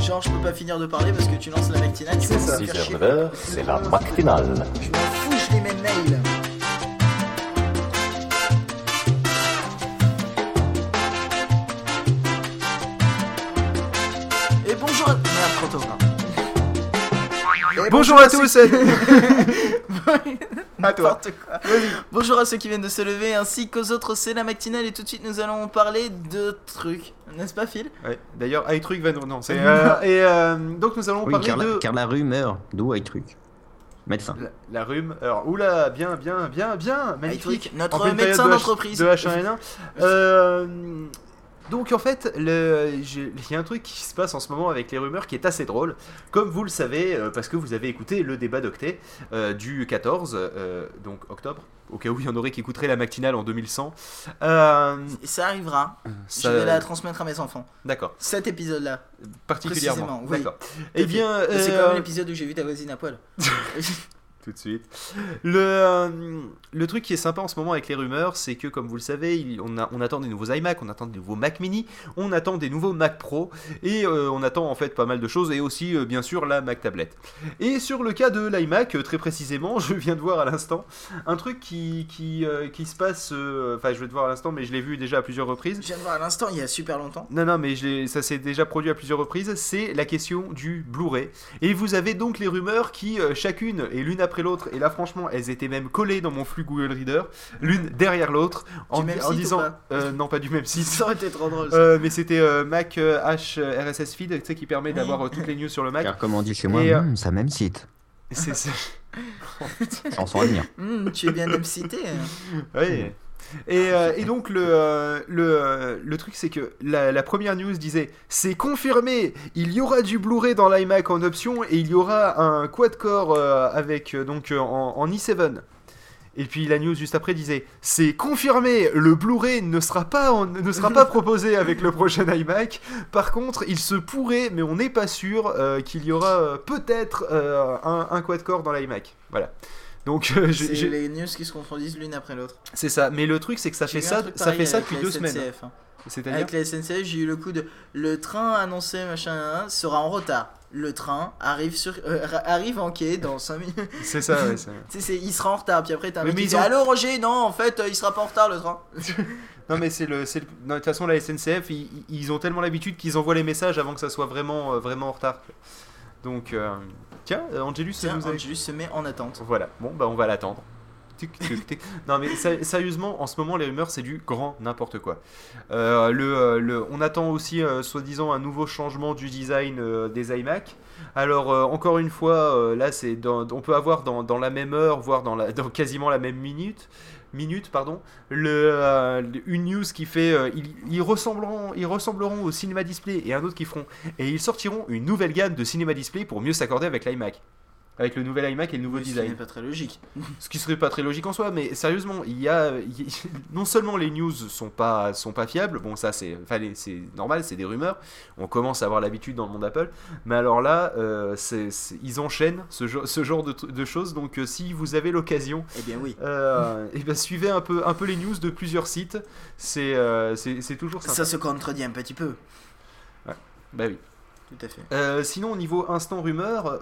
Genre, je peux pas finir de parler parce que tu lances la matinale. C'est ça. 6h, 9h, c'est la matinale. Je m'en fous, je les mets mail. Et bonjour à... Merde, trop tôt. Et Bonjour à tous. À toi. N'importe quoi. Bonjour à ceux qui viennent de se lever ainsi qu'aux autres, c'est la matinale et tout de suite nous allons parler de trucs, n'est-ce pas Phil? Ouais, d'ailleurs, iTruc va nous... Non, c'est... donc nous allons Oui, parler de... car la rumeur, d'où iTruc. Médecin. La rhume. Alors, oula, bien, magnifique. iTruc, notre En pleine médecin période d'entreprise. De H1N1. Donc en fait, il y a un truc qui se passe en ce moment avec les rumeurs qui est assez drôle. Comme vous le savez, parce que vous avez écouté le débat d'Octet du 14, donc octobre, au cas où il y en aurait qui écouteraient la matinale en 2100. Ça arrivera, Ça- je vais la transmettre à mes enfants. D'accord, Cet épisode-là, particulièrement. précisément, oui. D'accord. Eh bien, c'est quand même l'épisode où j'ai vu ta voisine à poil. tout de suite. Le truc qui est sympa en ce moment avec les rumeurs, c'est que comme vous le savez, on attend des nouveaux iMac, on attend des nouveaux Mac Mini, on attend des nouveaux Mac Pro, et on attend en fait pas mal de choses, et aussi bien sûr la Mac Tablette. Et sur le cas de l'iMac, très précisément, je viens de voir à l'instant un truc qui se passe, enfin je vais te voir à l'instant, mais je l'ai vu déjà à plusieurs reprises. Je viens de voir à l'instant, il y a super longtemps. Non, mais ça s'est déjà produit à plusieurs reprises, c'est la question du Blu-ray. Et vous avez donc les rumeurs qui, chacune et l'une après l'autre, et là franchement, elles étaient même collées dans mon flux Google Reader, l'une derrière l'autre, en même en site disant... ou pas non, pas du même site. Ça aurait été trop drôle. Ça. Mais c'était Mac H RSS Feed, tu sais, qui permet d'avoir toutes les news sur le Mac. Car comme on dit chez moi, Et, c'est le même site. C'est... Chanson à venir. Tu es bien même cité. Oui. Et donc le truc c'est que la première news disait c'est confirmé, il y aura du Blu-ray dans l'iMac en option et il y aura un quad-core avec donc en i7. Et puis la news juste après disait c'est confirmé, le Blu-ray ne sera pas proposé avec le prochain iMac. Par contre, il se pourrait, mais on n'est pas sûr qu'il y aura peut-être un quad-core dans l'iMac. Voilà. Donc C'est les news qui se contredisent l'une après l'autre. c'est ça, mais le truc c'est que ça fait ça depuis 2 semaines. Hein. C'est-à-dire Avec la SNCF, j'ai eu le coup de le train annoncé machin sera en retard. Le train arrive en quai dans 5 minutes. c'est ça, ouais, Il sera en retard. Puis après, t'as un Oui, mec mais qui ils dit ont- allô Roger, non, en fait, il sera pas en retard le train. Non mais non, de toute façon la SNCF ils ont tellement l'habitude qu'ils envoient les messages avant que ça soit vraiment en retard. Donc tiens, Angelus Tiens, nous a... Angelus se met en attente. Voilà, bon bah on va l'attendre. Non mais sérieusement, en ce moment les rumeurs c'est du grand n'importe quoi. On attend aussi soi-disant un nouveau changement du design des iMac. Alors encore une fois, là on peut avoir dans la même heure, voire dans quasiment la même minute, une news qui fait ils ressembleront au Cinema Display et un autre qui feront et ils sortiront une nouvelle gamme de Cinema Display pour mieux s'accorder avec l'iMac. Avec le nouvel iMac et le nouveau Ce qui design. n'est pas très logique. Ce qui serait pas très logique en soi, mais sérieusement, non seulement les news sont pas fiables, bon ça c'est normal, c'est des rumeurs, on commence à avoir l'habitude dans le monde Apple, mais alors là, ils enchaînent ce genre de choses, donc si vous avez l'occasion, Eh bien oui. et ben suivez un peu les news de plusieurs sites, c'est toujours sympa. Ça se contredit un petit peu. Bah oui. Tout à fait. Sinon au niveau instant rumeur,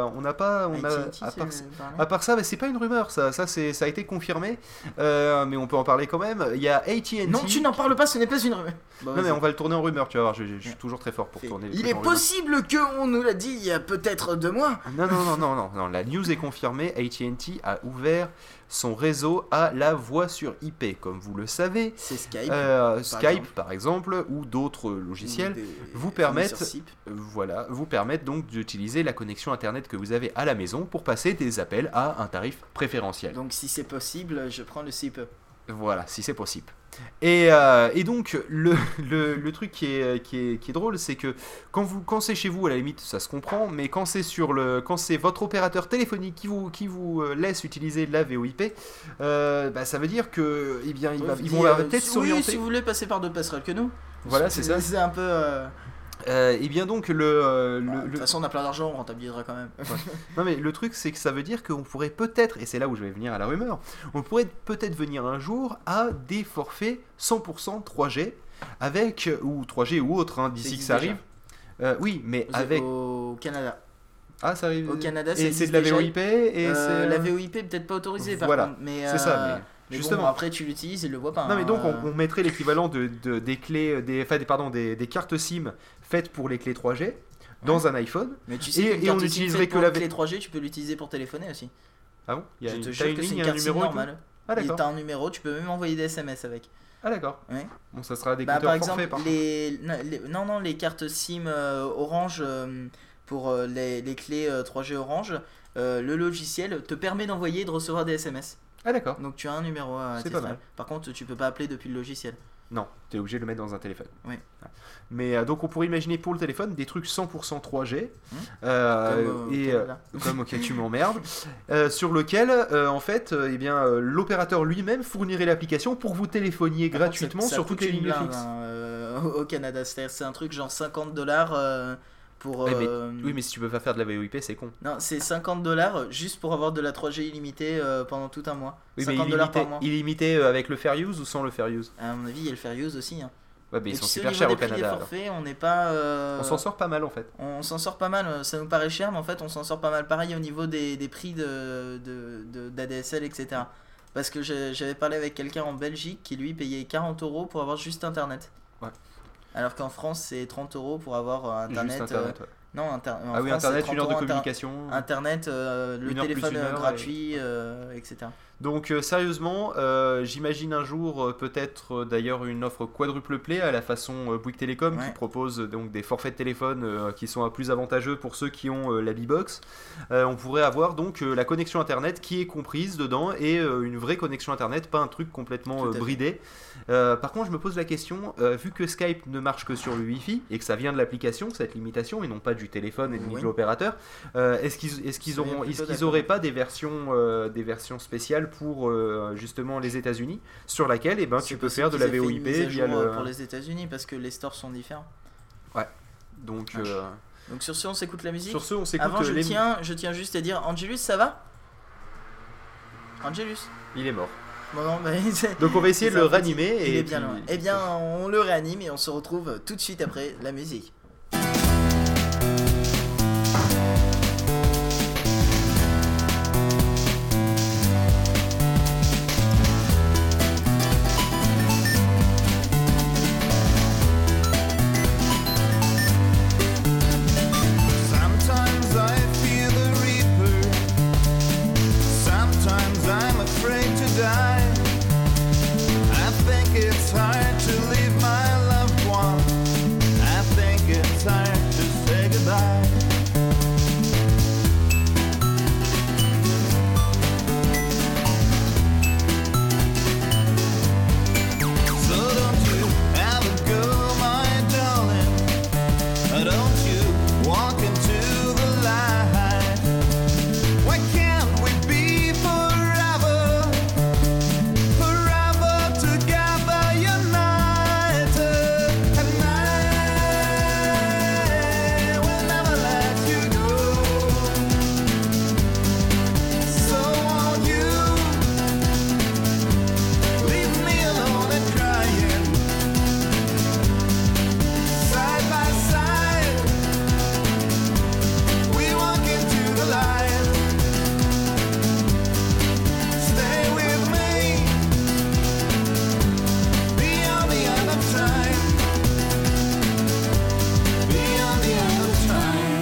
à part ça, mais c'est pas une rumeur, ça a été confirmé, mais on peut en parler quand même. Il y a AT&T. Non, tu n'en parles pas, ce n'est pas une rumeur. Bon, Non mais on va le tourner en rumeur, tu vas voir, je suis toujours très fort pour tourner les Il trucs est en rumeur. possible qu'on nous l'a dit il y a peut-être 2 mois. Non, la news est confirmée, AT&T a ouvert son réseau à la voix sur IP, comme vous le savez. C'est Skype. Skype par exemple, ou d'autres logiciels vous permettent donc d'utiliser la connexion internet que vous avez à la maison pour passer des appels à un tarif préférentiel. Donc si c'est possible, je prends le SIP. Voilà, si c'est possible. Et donc le truc qui est drôle, c'est que quand c'est chez vous, à la limite ça se comprend, mais quand c'est votre opérateur téléphonique qui vous laisse utiliser la VoIP, ça veut dire que ils vont peut-être s'orienter. Oui, si vous voulez passer par d'autres passerelles que nous. Voilà, c'est ça. C'est un peu. Et bien donc de toute façon, on a plein d'argent, on rentabilisera quand même. Non mais le truc c'est que ça veut dire qu'on pourrait peut-être, et c'est là où je vais venir à la rumeur, on pourrait peut-être venir un jour à des forfaits 100% 3G avec ou 3G ou autre d'ici que ça arrive. Oui, mais avec. Au Canada. Ah, ça arrive. Au Canada, ça et c'est de la existe VoIP et c'est. La VoIP est peut-être pas autorisée par Voilà, contre. Mais, c'est ça, mais justement. bon, après tu l'utilises, il le voit pas. Non, mais donc hein. on mettrait l'équivalent des clés, des cartes SIM faites pour les clés 3G dans un iPhone. Mais tu sais et qu'une carte on SIM utiliserait faite que pour la la clé 3G, tu peux l'utiliser pour téléphoner aussi. Ah bon? Je te t'as jure une que c'est ligne, une un carte SIM numéro et tout. normale. Ah Et d'accord. t'as un numéro, tu peux même envoyer des SMS avec. Ah d'accord. Ouais. Bon, ça sera des Bah, compteurs par exemple, forfaits par contre. les cartes SIM Orange pour les clés 3G Orange, le logiciel te permet d'envoyer et de recevoir des SMS. Ah d'accord. Donc tu as un numéro à C'est titre. pas mal. Par contre, tu peux pas appeler depuis le logiciel. Non, t'es obligé de le mettre dans un téléphone. Oui. Mais donc on pourrait imaginer pour le téléphone des trucs 100% 3G. Comme ok tu m'emmerdes. Sur lequel en fait l'opérateur lui-même fournirait l'application pour vous téléphonier Par contre, gratuitement ça sur coûte toutes les une lignes blinde, fixes. Au Canada. C'est un truc genre $50 pour. Ouais, oui, mais si tu peux pas faire de la VoIP, c'est con. Non, c'est $50 juste pour avoir de la 3G illimitée pendant tout un mois. Oui, mais $50 par mois. illimité avec le fair use ou sans le fair use? À mon avis, il y a le fair use aussi. Hein. Ouais, mais Et ils sont tu sais, super niveau chers des au prix des Canada. alors. forfaits, on n'est pas. On s'en sort pas mal en fait. On s'en sort pas mal. Ça nous paraît cher, mais en fait, on s'en sort pas mal. Pareil au niveau des prix d'ADSL, etc. Parce que j'avais parlé avec quelqu'un en Belgique qui lui payait 40 € pour avoir juste internet. Ouais. Alors qu'en France, c'est 30 € pour avoir internet. Juste internet. Ouais. Non, en Ah oui, France, internet, c'est 1 heure de 30 € communication. Internet, le Une heure plus téléphone une heure, gratuit, etc. Donc sérieusement, j'imagine un jour peut-être d'ailleurs une offre quadruple play à la façon Bouygues Télécom qui Ouais. propose donc des forfaits de téléphone qui sont plus avantageux pour ceux qui ont la B-Box. On pourrait avoir donc la connexion internet qui est comprise dedans et une vraie connexion internet, pas un truc complètement Tout à fait. bridé. Par contre, je me pose la question, vu que Skype ne marche que sur le Wi-Fi et que ça vient de l'application, cette limitation, et non pas du téléphone et ni Oui. de l'opérateur, est-ce qu'ils Soyons plutôt d'accord. auraient pas des versions spéciales pour justement les États-Unis sur laquelle tu C'est peux possible faire de la qu'ils aient fait une VoIP mise à via jour, le. pour les États-Unis parce que les stores sont différents. Donc Donc sur ce, on s'écoute la musique. sur ce, on s'écoute Avant, les. je tiens juste à dire, Angelus, ça va? Angelus? Il est mort. Bon, non, mais Donc on va essayer de c'est le un petit- ranimer Il et est bien puis- loin. Eh bien, on le réanime et on se retrouve tout de suite après la musique. Sometimes I fear the reaper. Sometimes I'm afraid to die. I think it's hard to leave my loved one. I think it's hard to say goodbye. So don't you ever go, my darling. Don't you walk into the light? Why can't we be forever, forever together, united? And I will never let you go. So won't you leave me alone and crying, side by side? We walk into the light. Stay with me beyond the end of time. Beyond the end of time.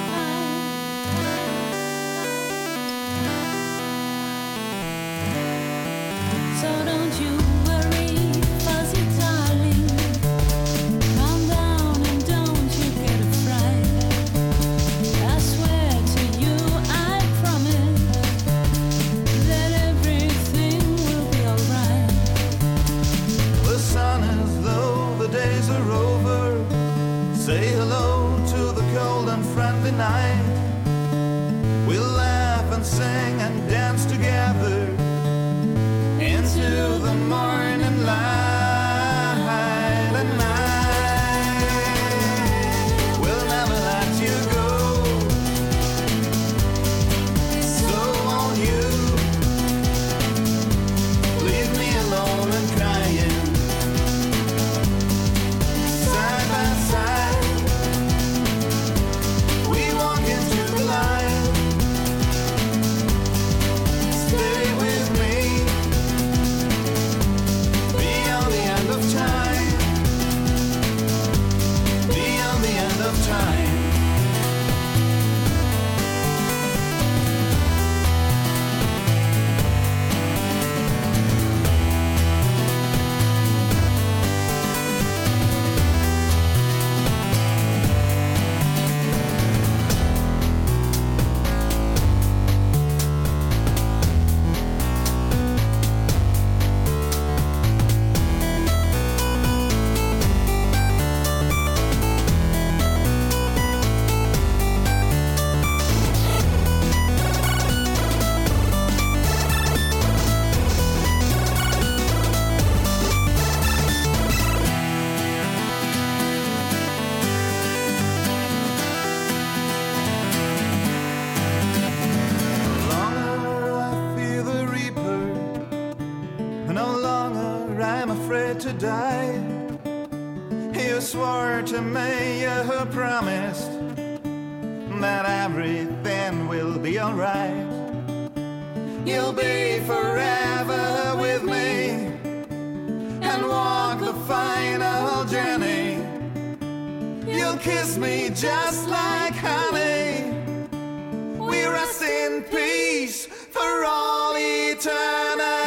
So don't you worry, fuzzy darling. Calm down and don't you get afraid. I swear to you, I promise that everything will be alright. The sun is low, the days are over. Say hello to the cold and friendly night. We'll laugh and sing and dance together into the morning light. And I will never let you go. So won't you leave me alone and crying, side by side? time. To die, you swore to me, you promised that everything will be alright. You'll be forever with me and walk the final journey. You'll kiss me just like honey. We rest in peace for all eternity.